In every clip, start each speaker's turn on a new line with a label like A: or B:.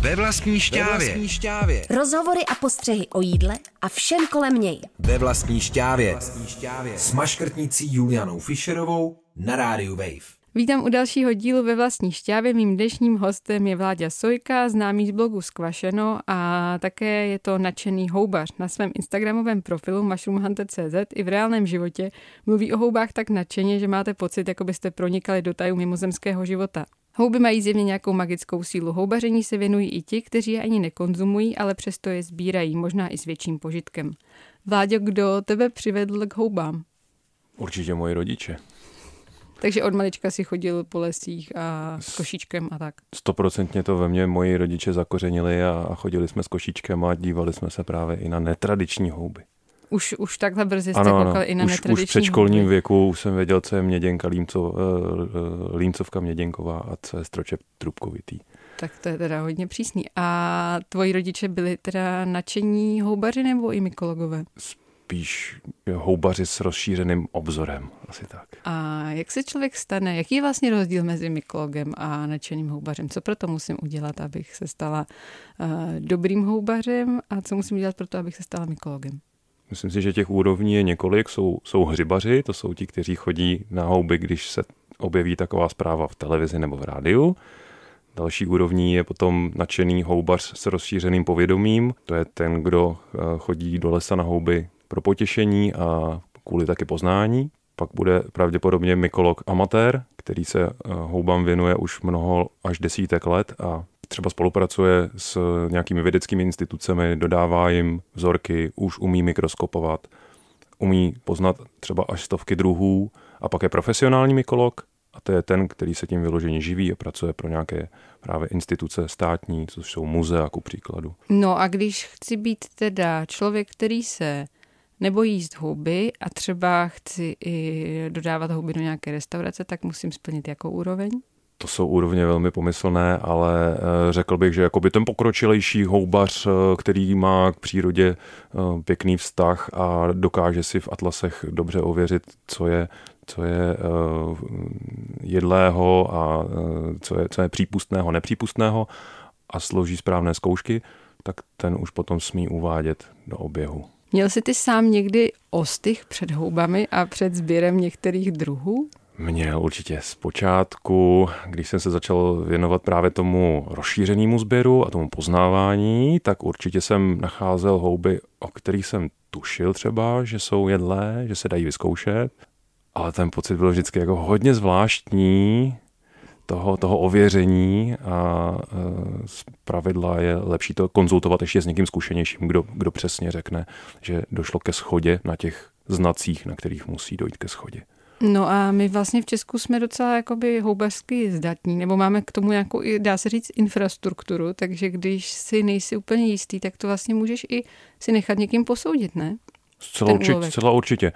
A: Ve vlastní šťávě.
B: Rozhovory a postřehy o jídle a všem kolem něj.
A: Ve vlastní šťávě. S maškrtnicí Julianou Fischerovou na rádiu Wave.
C: Vítám u dalšího dílu Ve vlastní šťávě. Mým dnešním hostem je Vláďa Sojka, známý z blogu Skvašeno a také je to nadšený houbař. Na svém instagramovém profilu mushroomhunter.cz i v reálném životě mluví o houbách tak nadšeně, že máte pocit, jako byste pronikali do tajů mimozemského života. Houby mají zjevně nějakou magickou sílu. Houbaření se věnují i ti, kteří je ani nekonzumují, ale přesto je sbírají, možná i s větším požitkem. Vláďo, kdo tebe přivedl k houbám?
D: Určitě moji rodiče.
C: Takže od malička si chodil po lesích a s košíčkem a tak.
D: 100% to ve mně moji rodiče zakořenili a chodili jsme s košíčkem a dívali jsme se právě i na netradiční houby.
C: Už takhle brzy jste koukali i na netradiční
D: Už v předškolním
C: houby.
D: věku jsem věděl, co je měděnka, límcovka měděnková a co je stroček trubkovitý.
C: Tak to je teda hodně přísný. A tvoji rodiče byli teda nadšení houbaři nebo i mykologové?
D: Spíš houbaři s rozšířeným obzorem, asi tak.
C: A jak se člověk stane? Jaký je vlastně rozdíl mezi mykologem a nadšeným houbařem? Co proto musím udělat, abych se stala dobrým houbařem a co musím udělat proto, abych se stala mykologem?
D: Myslím si, že těch úrovní je několik. Jsou hřibaři, to jsou ti, kteří chodí na houby, když se objeví taková zpráva v televizi nebo v rádiu. Další úrovní je potom nadšený houbař s rozšířeným povědomím. To je ten, kdo chodí do lesa na houby pro potěšení a kvůli taky poznání. Pak bude pravděpodobně mykolog amatér, který se houbám věnuje už mnoho až desítek let a třeba spolupracuje s nějakými vědeckými institucemi, dodává jim vzorky, už umí mikroskopovat, umí poznat třeba až stovky druhů a pak je profesionální mykolog a to je ten, který se tím vyloženě živí a pracuje pro nějaké právě instituce státní, což jsou muzea ku příkladu.
C: No a když chci být teda člověk, který se nebojí jíst houby a třeba chci i dodávat houby do nějaké restaurace, tak musím splnit jakou úroveň?
D: To jsou úrovně velmi pomyslné, ale řekl bych, že jakoby ten pokročilejší houbař, který má k přírodě pěkný vztah a dokáže si v atlasech dobře ověřit, co je jedlého a co je přípustného, nepřípustného a složí správné zkoušky, tak ten už potom smí uvádět do oběhu.
C: Měl jsi ty sám někdy ostych před houbami a před sběrem některých druhů?
D: Měl určitě zpočátku, když jsem se začal věnovat právě tomu rozšířenému sběru a tomu poznávání, tak určitě jsem nacházel houby, o kterých jsem tušil třeba, že jsou jedlé, že se dají vyzkoušet, ale ten pocit byl vždycky jako hodně zvláštní toho ověření a z pravidla je lepší to konzultovat ještě s někým zkušenějším, kdo přesně řekne, že došlo ke shodě na těch znacích, na kterých musí dojít ke shodě.
C: No a my vlastně v Česku jsme docela jakoby houbařsky zdatní, nebo máme k tomu nějakou, dá se říct, infrastrukturu, takže když si nejsi úplně jistý, tak to vlastně můžeš i si nechat někým posoudit, ne?
D: Zcela určitě.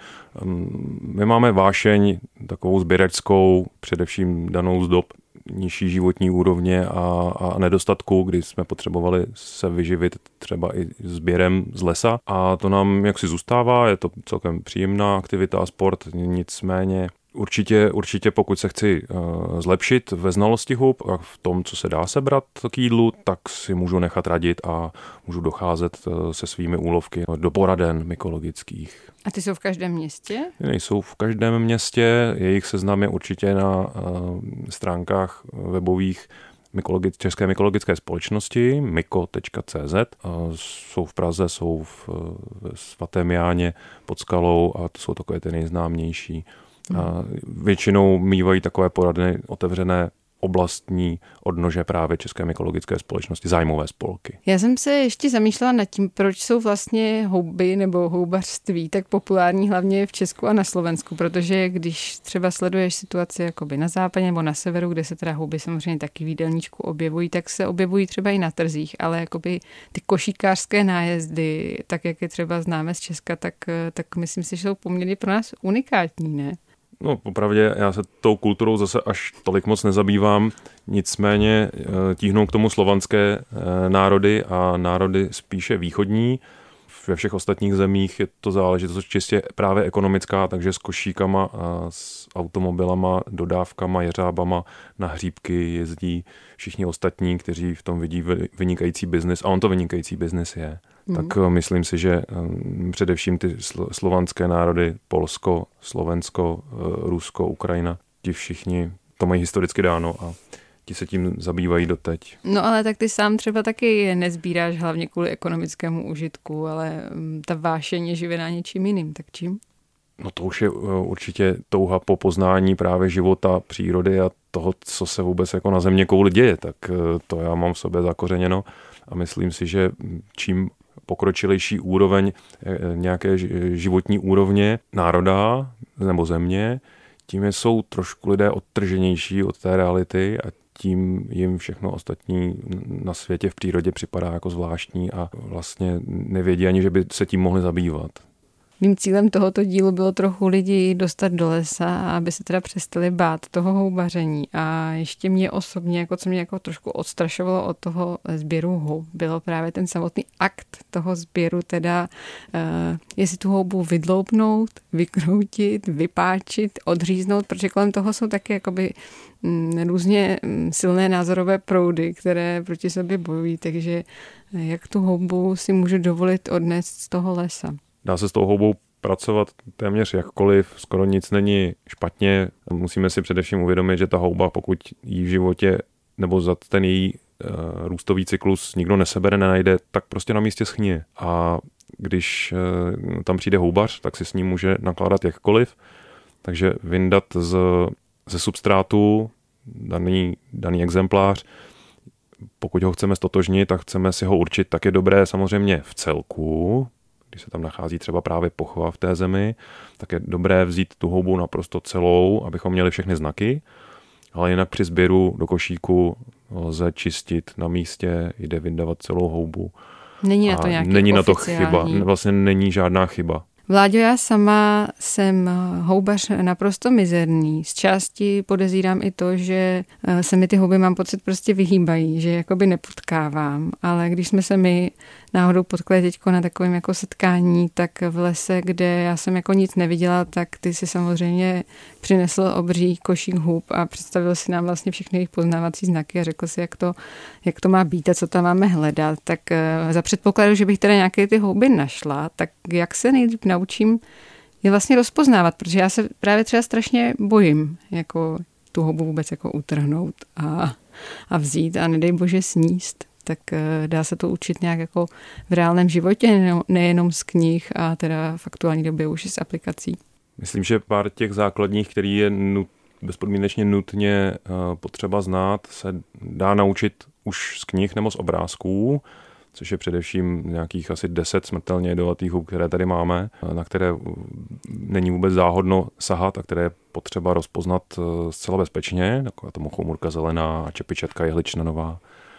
D: My máme vášeň takovou sběračskou, především danou z dob nižší životní úrovně a nedostatku, kdy jsme potřebovali se vyživit třeba i sběrem z lesa a to nám jaksi zůstává, je to celkem příjemná aktivita a sport, nicméně určitě pokud se chci zlepšit ve znalosti hub a v tom, co se dá sebrat k jídlu, tak si můžu nechat radit a můžu docházet se svými úlovky do poraden mykologických.
C: A ty jsou v každém městě?
D: Nejsou v každém městě, jejich seznam je určitě na stránkách webových České mykologické společnosti myko.cz. Jsou v Praze, jsou v Svatém Jáně pod Skalou a to jsou takové ty nejznámější. A většinou mívají takové poradny otevřené oblastní odnože právě České mykologické společnosti, zájmové spolky.
C: Já jsem se ještě zamýšlela nad tím, proč jsou vlastně houby nebo houbařství tak populární hlavně v Česku a na Slovensku, protože když třeba sleduješ situaci jakoby na západě nebo na severu, kde se teda houby samozřejmě taky v jídelníčku objevují, tak se objevují třeba i na trzích, ale jakoby ty košíkářské nájezdy, tak jak je třeba známe z Česka, tak myslím si, že jsou poměrně pro nás unikátní, ne?
D: No, popravdě, já se tou kulturou zase až tolik moc nezabývám, nicméně tíhnou k tomu slovanské národy a národy spíše východní. ve všech ostatních zemích je to záležitost čistě právě ekonomická, takže s košíkama a s automobilama, dodávkama, jeřábama na hříbky jezdí všichni ostatní, kteří v tom vidí vynikající biznis. A on to vynikající biznis je. Tak myslím si, že především ty slovanské národy, Polsko, Slovensko, Rusko, Ukrajina, ti všichni to mají historicky dáno a ti se tím zabývají doteď.
C: No ale tak ty sám třeba taky nezbíráš hlavně kvůli ekonomickému užitku, ale ta vášeň je živená něčím jiným, tak čím?
D: No to už je určitě touha po poznání právě života, přírody a toho, co se vůbec jako na zeměkouli děje, tak to já mám v sobě zakořeněno a myslím si, že čím pokročilejší úroveň nějaké životní úrovně národa nebo země, tím jsou trošku lidé odtrženější od té reality a tím jim všechno ostatní na světě v přírodě připadá jako zvláštní a vlastně nevědí ani, že by se tím mohli zabývat.
C: Mým cílem tohoto dílu bylo trochu lidi dostat do lesa, aby se teda přestali bát toho houbaření. A ještě mě osobně, jako co mě jako trošku odstrašovalo od toho sběru houb, bylo právě ten samotný akt toho sběru, teda jestli tu houbu vydloupnout, vykroutit, vypáčit, odříznout, protože kolem toho jsou taky jakoby různě silné názorové proudy, které proti sobě bojují, takže jak tu houbu si můžu dovolit odnést z toho lesa.
D: Dá se s tou houbou pracovat téměř jakkoliv, skoro nic není špatně. Musíme si především uvědomit, že ta houba, pokud jí v životě nebo za ten její růstový cyklus nikdo nesebere, nenajde, tak prostě na místě schnije. A když tam přijde houbař, tak si s ním může nakládat jakkoliv. Takže vyndat ze substrátu daný exemplář, pokud ho chceme stotožnit, tak chceme si ho určit, tak je dobré samozřejmě v celku. Když se tam nachází třeba právě pochva v té zemi, tak je dobré vzít tu houbu naprosto celou, abychom měli všechny znaky, ale jinak při sběru do košíku lze čistit na místě, jde vyndavat celou houbu.
C: Není na to nějaký
D: není na to
C: oficiální
D: chyba, vlastně není žádná chyba.
C: Vláďo, já sama jsem houbař naprosto mizerný. Z části podezírám i to, že se mi ty houby, mám pocit, prostě vyhýbají, že jakoby nepotkávám. Ale když jsme se my náhodou potkali teďko na takovém jako setkání, tak v lese, kde já jsem jako nic neviděla, tak ty si samozřejmě přinesl obří košík hub a představil si nám vlastně všechny jejich poznávací znaky a řekl si, jak to má být a co tam máme hledat. Tak za předpokladu, že bych teda nějaké ty houby našla, tak jak se nejdřív naučím je vlastně rozpoznávat, protože já se právě třeba strašně bojím jako tu houbu vůbec jako utrhnout a vzít a nedej bože sníst. Tak dá se to učit nějak jako v reálném životě, nejenom z knih a teda v aktuální době už i z aplikací.
D: Myslím, že pár těch základních, který je bezpodmínečně nutně potřeba znát, se dá naučit už z knih nebo z obrázků, což je především nějakých asi 10 smrtelně jedovatých hub, které tady máme, na které není vůbec záhodno sahat a které je potřeba rozpoznat zcela bezpečně, taková to mochomůrka zelená a čepičetka jehličnanová.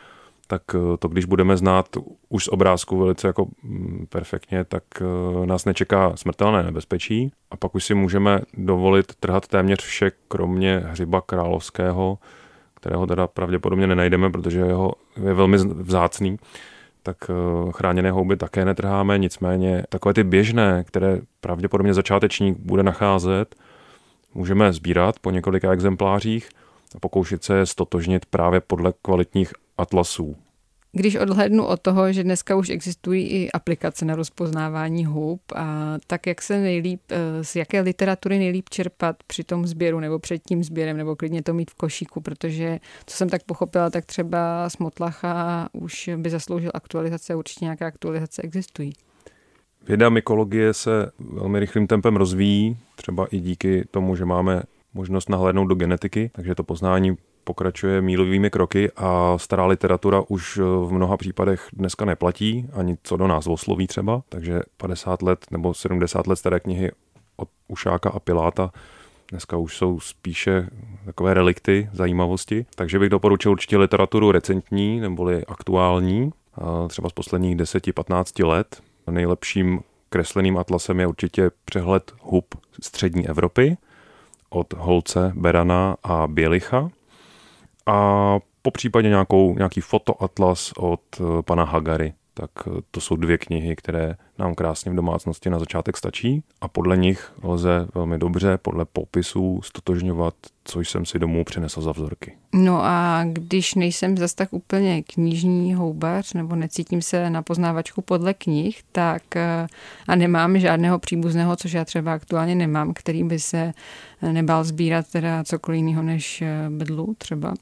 D: Tak to, když budeme znát už z obrázku velice jako perfektně, tak nás nečeká smrtelné nebezpečí a pak už si můžeme dovolit trhat téměř vše, kromě hřiba královského, kterého teda pravděpodobně nenajdeme, protože je velmi vzácný. Tak chráněné houby také netrháme, nicméně takové ty běžné, které pravděpodobně začátečník bude nacházet, můžeme sbírat po několika exemplářích a pokoušet se je stotožnit právě podle kvalitních atlasů.
C: Když odhlédnu od toho, že dneska už existují i aplikace na rozpoznávání hub, tak jak se nejlíp, z jaké literatury nejlíp čerpat při tom sběru nebo před tím sběrem, nebo klidně to mít v košíku, protože, co jsem tak pochopila, tak třeba z Motlacha už by zasloužil aktualizace, určitě nějaké aktualizace existují.
D: Věda mykologie se velmi rychlým tempem rozvíjí, třeba i díky tomu, že máme možnost nahlédnout do genetiky, takže to poznání pokračuje mílovými kroky a stará literatura už v mnoha případech dneska neplatí, ani co do nás osloví třeba, takže 50 let nebo 70 let staré knihy od Ušáka a Piláta dneska už jsou spíše takové relikty, zajímavosti, takže bych doporučil určitě literaturu recentní neboli aktuální, třeba z posledních 10-15 let. Nejlepším kresleným atlasem je určitě přehled hub střední Evropy od Holce, Berana a Bělicha. A po případě nějaký fotoatlas od pana Hagary. tak to jsou 2 knihy, které nám krásně v domácnosti na začátek stačí a podle nich lze velmi dobře podle popisů stotožňovat, co jsem si domů přinesl za vzorky.
C: No a když nejsem zas tak úplně knižní houbař nebo necítím se na poznávačku podle knih, tak a nemám žádného příbuzného, což já třeba aktuálně nemám, který by se nebál sbírat teda cokoliv jiného než bedlu třeba,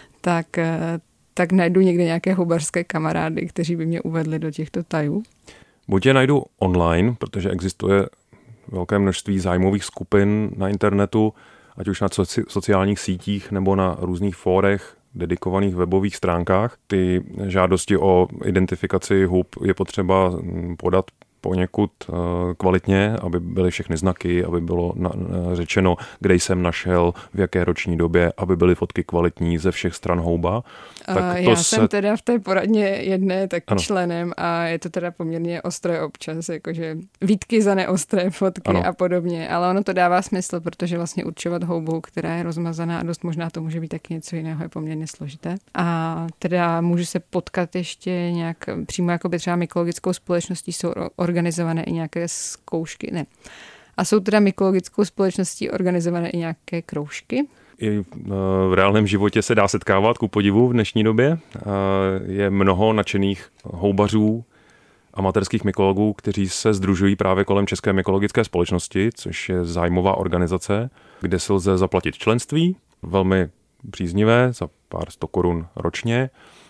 C: tak najdu někde nějaké houbařské kamarády, kteří by mě uvedli do těchto tajů.
D: Buď je najdu online, protože existuje velké množství zájmových skupin na internetu, ať už na sociálních sítích nebo na různých fórech, dedikovaných webových stránkách. Ty žádosti o identifikaci hub je potřeba podat poněkud kvalitně, aby byly všechny znaky, aby bylo řečeno, kde jsem našel, v jaké roční době, aby byly fotky kvalitní ze všech stran houba.
C: Tak já jsem teda v té poradně jedné taky členem a je to teda poměrně ostré občas, jakože výtky za neostré fotky a podobně, ale ono to dává smysl, protože vlastně určovat houbu, která je rozmazaná a dost možná to může být taky něco jiného, je poměrně složité. A teda můžu se potkat ještě nějak přímo jako by třeba mykologickou společností jsou organizované i nějaké zkoušky, ne. A jsou teda mykologickou společností organizované i nějaké kroužky?
D: I v reálném životě se dá setkávat, ku podivu v dnešní době. Je mnoho nadšených houbařů, amatérských mykologů, kteří se sdružují právě kolem České mykologické společnosti, což je zájmová organizace, kde se lze zaplatit členství, velmi příznivé, za pár 100 korun ročně.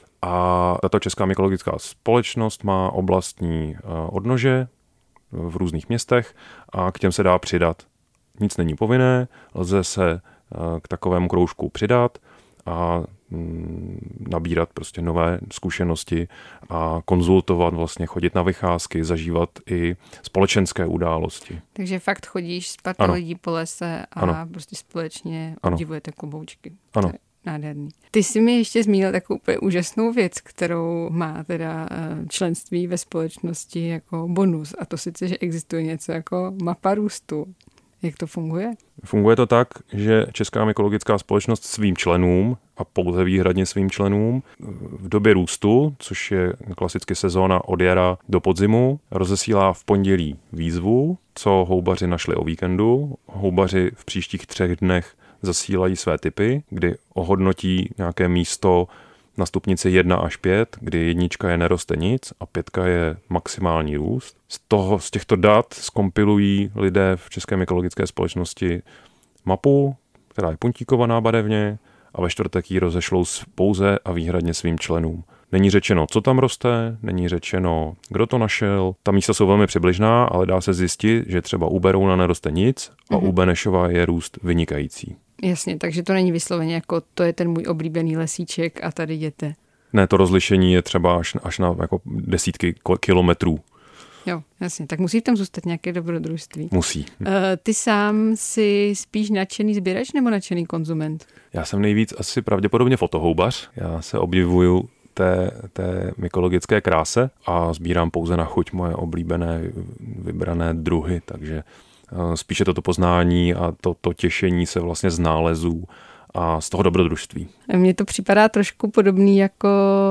D: A tato Česká mykologická společnost má oblastní odnože v různých městech a k těm se dá přidat. Nic není povinné, lze se k takovému kroužku přidat a nabírat prostě nové zkušenosti a konzultovat, vlastně chodit na vycházky, zažívat i společenské události.
C: Takže fakt chodíš s partou lidí po lese a prostě společně obdivujete kloboučky.
D: Ano.
C: Nádherný. Ty jsi mi ještě zmínil takovou úplně úžasnou věc, kterou má teda členství ve společnosti jako bonus. A to sice, že existuje něco jako mapa růstu. Jak to funguje?
D: Funguje to tak, že Česká mykologická společnost svým členům a pouze výhradně svým členům v době růstu, což je klasicky sezóna od jara do podzimu, rozesílá v pondělí výzvu, co houbaři našli o víkendu. Houbaři v příštích 3 dnech zasílají své tipy, kdy ohodnotí nějaké místo na stupnici 1 až 5, kdy 1 je neroste nic a 5 je maximální růst. Z těchto dat zkompilují lidé v České mykologické společnosti mapu, která je puntíkovaná barevně a ve čtvrtek ji rozešlou pouze a výhradně svým členům. Není řečeno, co tam roste, není řečeno, kdo to našel. Ta místa jsou velmi přibližná, ale dá se zjistit, že třeba u Berouna neroste nic a u Benešova je růst vynikající.
C: Jasně, takže to není vysloveně jako to je ten můj oblíbený lesíček a tady jděte.
D: Ne, to rozlišení je třeba až na jako desítky kilometrů.
C: Jo, jasně, tak musí tam zůstat nějaké dobrodružství.
D: Musí.
C: Ty sám jsi spíš nadšený sběrač nebo nadšený konzument?
D: Já jsem nejvíc asi pravděpodobně fotohoubař. Já se obdivuju té mykologické kráse a sbírám pouze na chuť moje oblíbené vybrané druhy, takže spíše toto poznání a to těšení se vlastně z nálezů a z toho dobrodružství.
C: Mně to připadá trošku podobný jako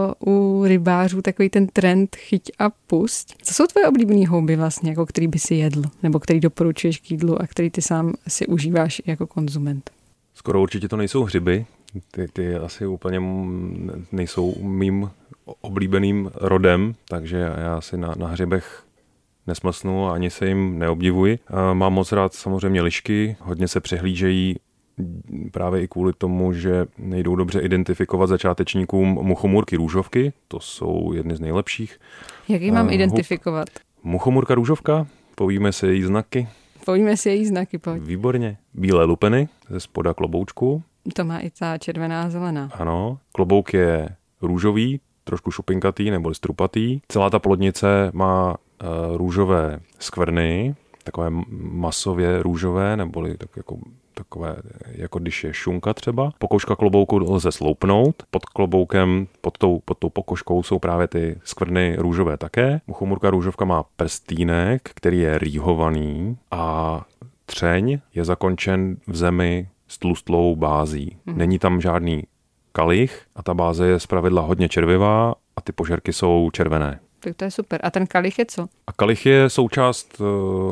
C: u rybářů, takový ten trend chyť a pusť. Co jsou tvoje oblíbené houby vlastně, jako který by si jedl, nebo který doporučuješ k jídlu a který ty sám si užíváš jako konzument?
D: Skoro určitě to nejsou hřiby. Ty asi úplně nejsou mým oblíbeným rodem, takže já si na hřibech nesmlsnu a ani se jim neobdivuji. Mám moc rád samozřejmě lišky, hodně se přehlížejí právě i kvůli tomu, že nejdou dobře identifikovat začátečníkům muchomůrky růžovky, to jsou jedny z nejlepších.
C: Jak ji mám identifikovat?
D: Muchomůrka růžovka, povíme si její znaky.
C: Povíme si její znaky, pojď.
D: Výborně. Bílé lupeny ze spoda kloboučku.
C: To má i ta červená a zelená.
D: Ano, klobouk je růžový, trošku šupinkatý nebo strupatý. Celá ta plodnice má růžové skvrny, takové masově růžové, neboli takové, jako když je šunka třeba. Pokouška klobouku lze sloupnout. Pod kloboukem, pod tou pokožkou jsou právě ty skvrny růžové také. Muchomůrka růžovka má prstýnek, který je rýhovaný a třeň je zakončen v zemi s tlustlou bází. Není tam žádný kalich a ta báze je zpravidla hodně červivá a ty požerky jsou červené.
C: Tak to je super. A ten kalich je co?
D: A kalich je součást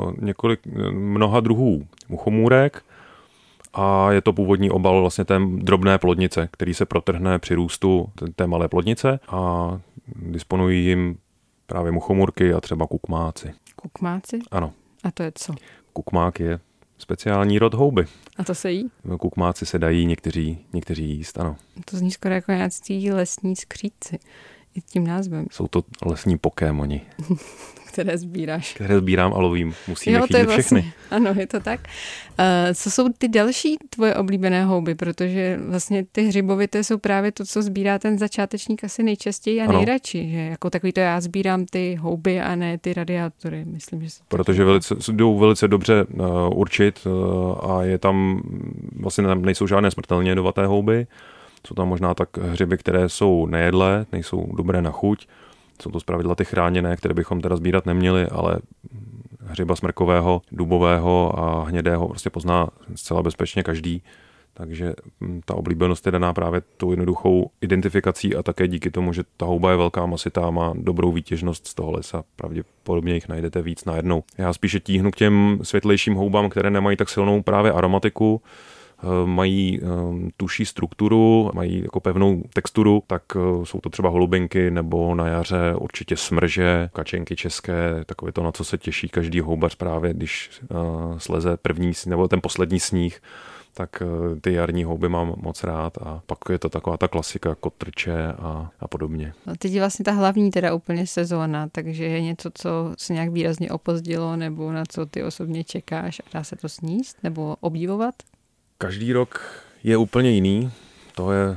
D: mnoha druhů muchomůrek a je to původní obal vlastně té drobné plodnice, který se protrhne při růstu té malé plodnice a disponují jim právě muchomůrky a třeba kukmáci.
C: Kukmáci?
D: Ano.
C: A to je co?
D: Kukmák je speciální rod houby.
C: A to se jí?
D: Kukmáci se dají někteří jíst, ano.
C: To zní skoro jako nějací lesní skříci. I tím názvem.
D: Jsou to lesní pokémoni.
C: Které sbíráš.
D: Které sbírám a lovím. Musíme chytit všechny.
C: Vlastně, ano, je to tak. Co jsou ty další tvoje oblíbené houby? Protože vlastně ty hřibovité jsou právě to, co sbírá ten začátečník asi nejčastěji a nejradši. Že jako takový to já sbírám ty houby a ne ty radiátory. Myslím, že
D: protože jdou velice dobře určit a je tam vlastně nejsou žádné smrtelně jedovaté houby. Jsou tam možná tak hřiby, které jsou nejedlé, nejsou dobré na chuť. Jsou to zpravidla ty chráněné, které bychom teda sbírat neměli, ale hřiba smrkového, dubového a hnědého prostě pozná zcela bezpečně každý. Takže ta oblíbenost je daná právě tou jednoduchou identifikací a také díky tomu, že ta houba je velká, masitá, má dobrou výtěžnost z toho lesa. Pravděpodobně jich najdete víc najednou. Já spíše tíhnu k těm světlejším houbám, které nemají tak silnou právě aromatiku, mají tuší strukturu, mají jako pevnou texturu, tak jsou to třeba holubinky nebo na jaře určitě smrže, kačenky české, takové to, na co se těší každý houbař právě, když sleze první nebo ten poslední sníh, tak ty jarní houby mám moc rád a pak je to taková ta klasika kotrče a podobně.
C: No, teď je vlastně ta hlavní teda úplně sezóna, takže je něco, co se nějak výrazně opozdilo nebo na co ty osobně čekáš a dá se to sníst nebo obdivovat?
D: Každý rok je úplně jiný. To je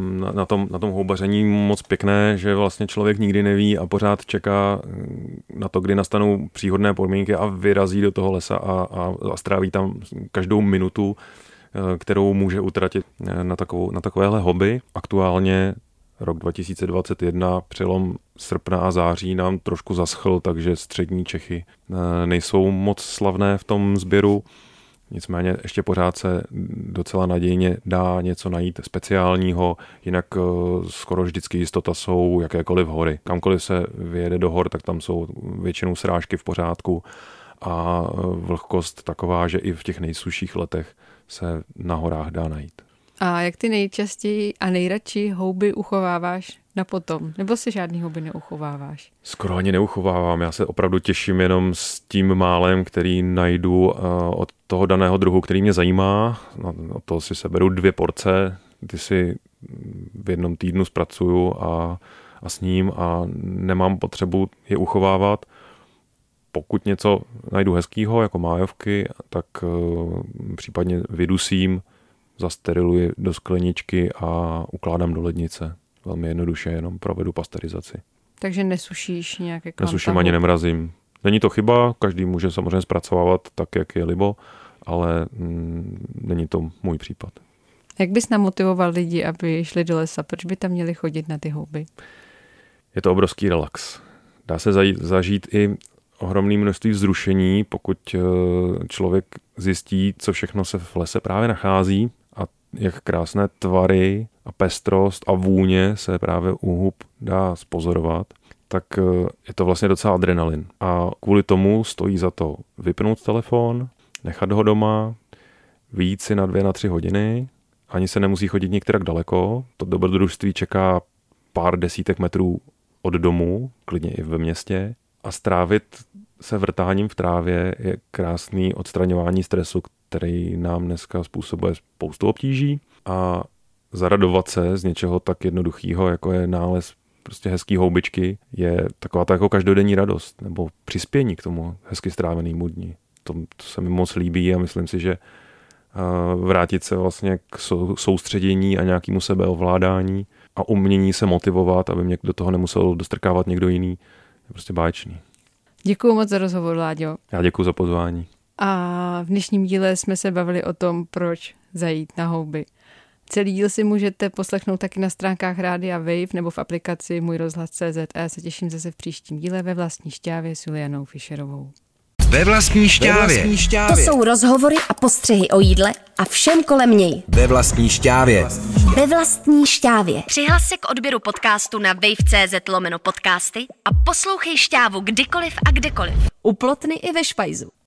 D: na tom houbaření moc pěkné, že vlastně člověk nikdy neví a pořád čeká na to, kdy nastanou příhodné podmínky a vyrazí do toho lesa a stráví tam každou minutu, kterou může utratit na takovéhle hobby. Aktuálně rok 2021, přelom srpna a září nám trošku zaschl, takže střední Čechy nejsou moc slavné v tom sběru. Nicméně ještě pořád se docela nadějně dá něco najít speciálního, jinak skoro vždycky jistota jsou jakékoliv hory. Kamkoliv se vyjede do hor, tak tam jsou většinou srážky v pořádku a vlhkost taková, že i v těch nejsušších letech se na horách dá najít.
C: A jak ty nejčastěji a nejradši houby uchováváš na potom? Nebo si žádný houby neuchováváš?
D: Skoro ani neuchovávám. Já se opravdu těším jenom s tím málem, který najdu od toho daného druhu, který mě zajímá. Od toho si seberu 2 porce, ty si v jednom týdnu zpracuju a s ním a nemám potřebu je uchovávat. Pokud něco najdu hezkýho, jako májovky, tak případně vydusím, zasteriluji do skleničky a ukládám do lednice. Velmi jednoduše, jenom provedu pasterizaci.
C: Takže nesušíš nějaké kvantahu?
D: Nesuším ani nemrazím. Není to chyba, každý může samozřejmě zpracovávat tak, jak je libo, ale není to můj případ.
C: Jak bys namotivoval lidi, aby šli do lesa? Proč by tam měli chodit na ty houby?
D: Je to obrovský relax. Dá se zažít i ohromné množství vzrušení, pokud člověk zjistí, co všechno se v lese právě nachází a jak krásné tvary a pestrost a vůně se právě u hub dá spozorovat, tak je to vlastně docela adrenalin. A kvůli tomu stojí za to vypnout telefon, nechat ho doma, vyjít si na 2-3 hodiny, ani se nemusí chodit některak daleko, to dobrodružství čeká pár desítek metrů od domu, klidně i ve městě, a strávit se vrtáním v trávě je krásný odstraňování stresu, který nám dneska způsobuje spoustu obtíží, a zaradovat se z něčeho tak jednoduchého, jako je nález prostě hezký houbičky, je taková ta jako každodenní radost nebo přispění k tomu hezky strávenému dni. To se mi moc líbí a myslím si, že vrátit se vlastně k soustředění a nějakému sebeovládání a umění se motivovat, aby mě do toho nemusel dostrkávat někdo jiný, je prostě báječný.
C: Děkuju moc za rozhovor, Láďo.
D: Já děkuju za pozvání.
C: A v dnešním díle jsme se bavili o tom, proč zajít na houby. Celý díl si můžete poslechnout taky na stránkách Rádia Wave nebo v aplikaci Můj rozhlas.cz a já se těším zase v příštím díle ve vlastní šťávě s Julianou Fischerovou.
A: Ve vlastní šťávě.
B: To jsou rozhovory a postřehy o jídle a všem kolem něj.
A: Ve vlastní šťávě.
B: Ve vlastní šťávě. Přihlas se k odběru podcastu na wave.cz/podcasty a poslouchej Šťávu kdykoliv a kdekoliv. U Plotny i ve Špajzu.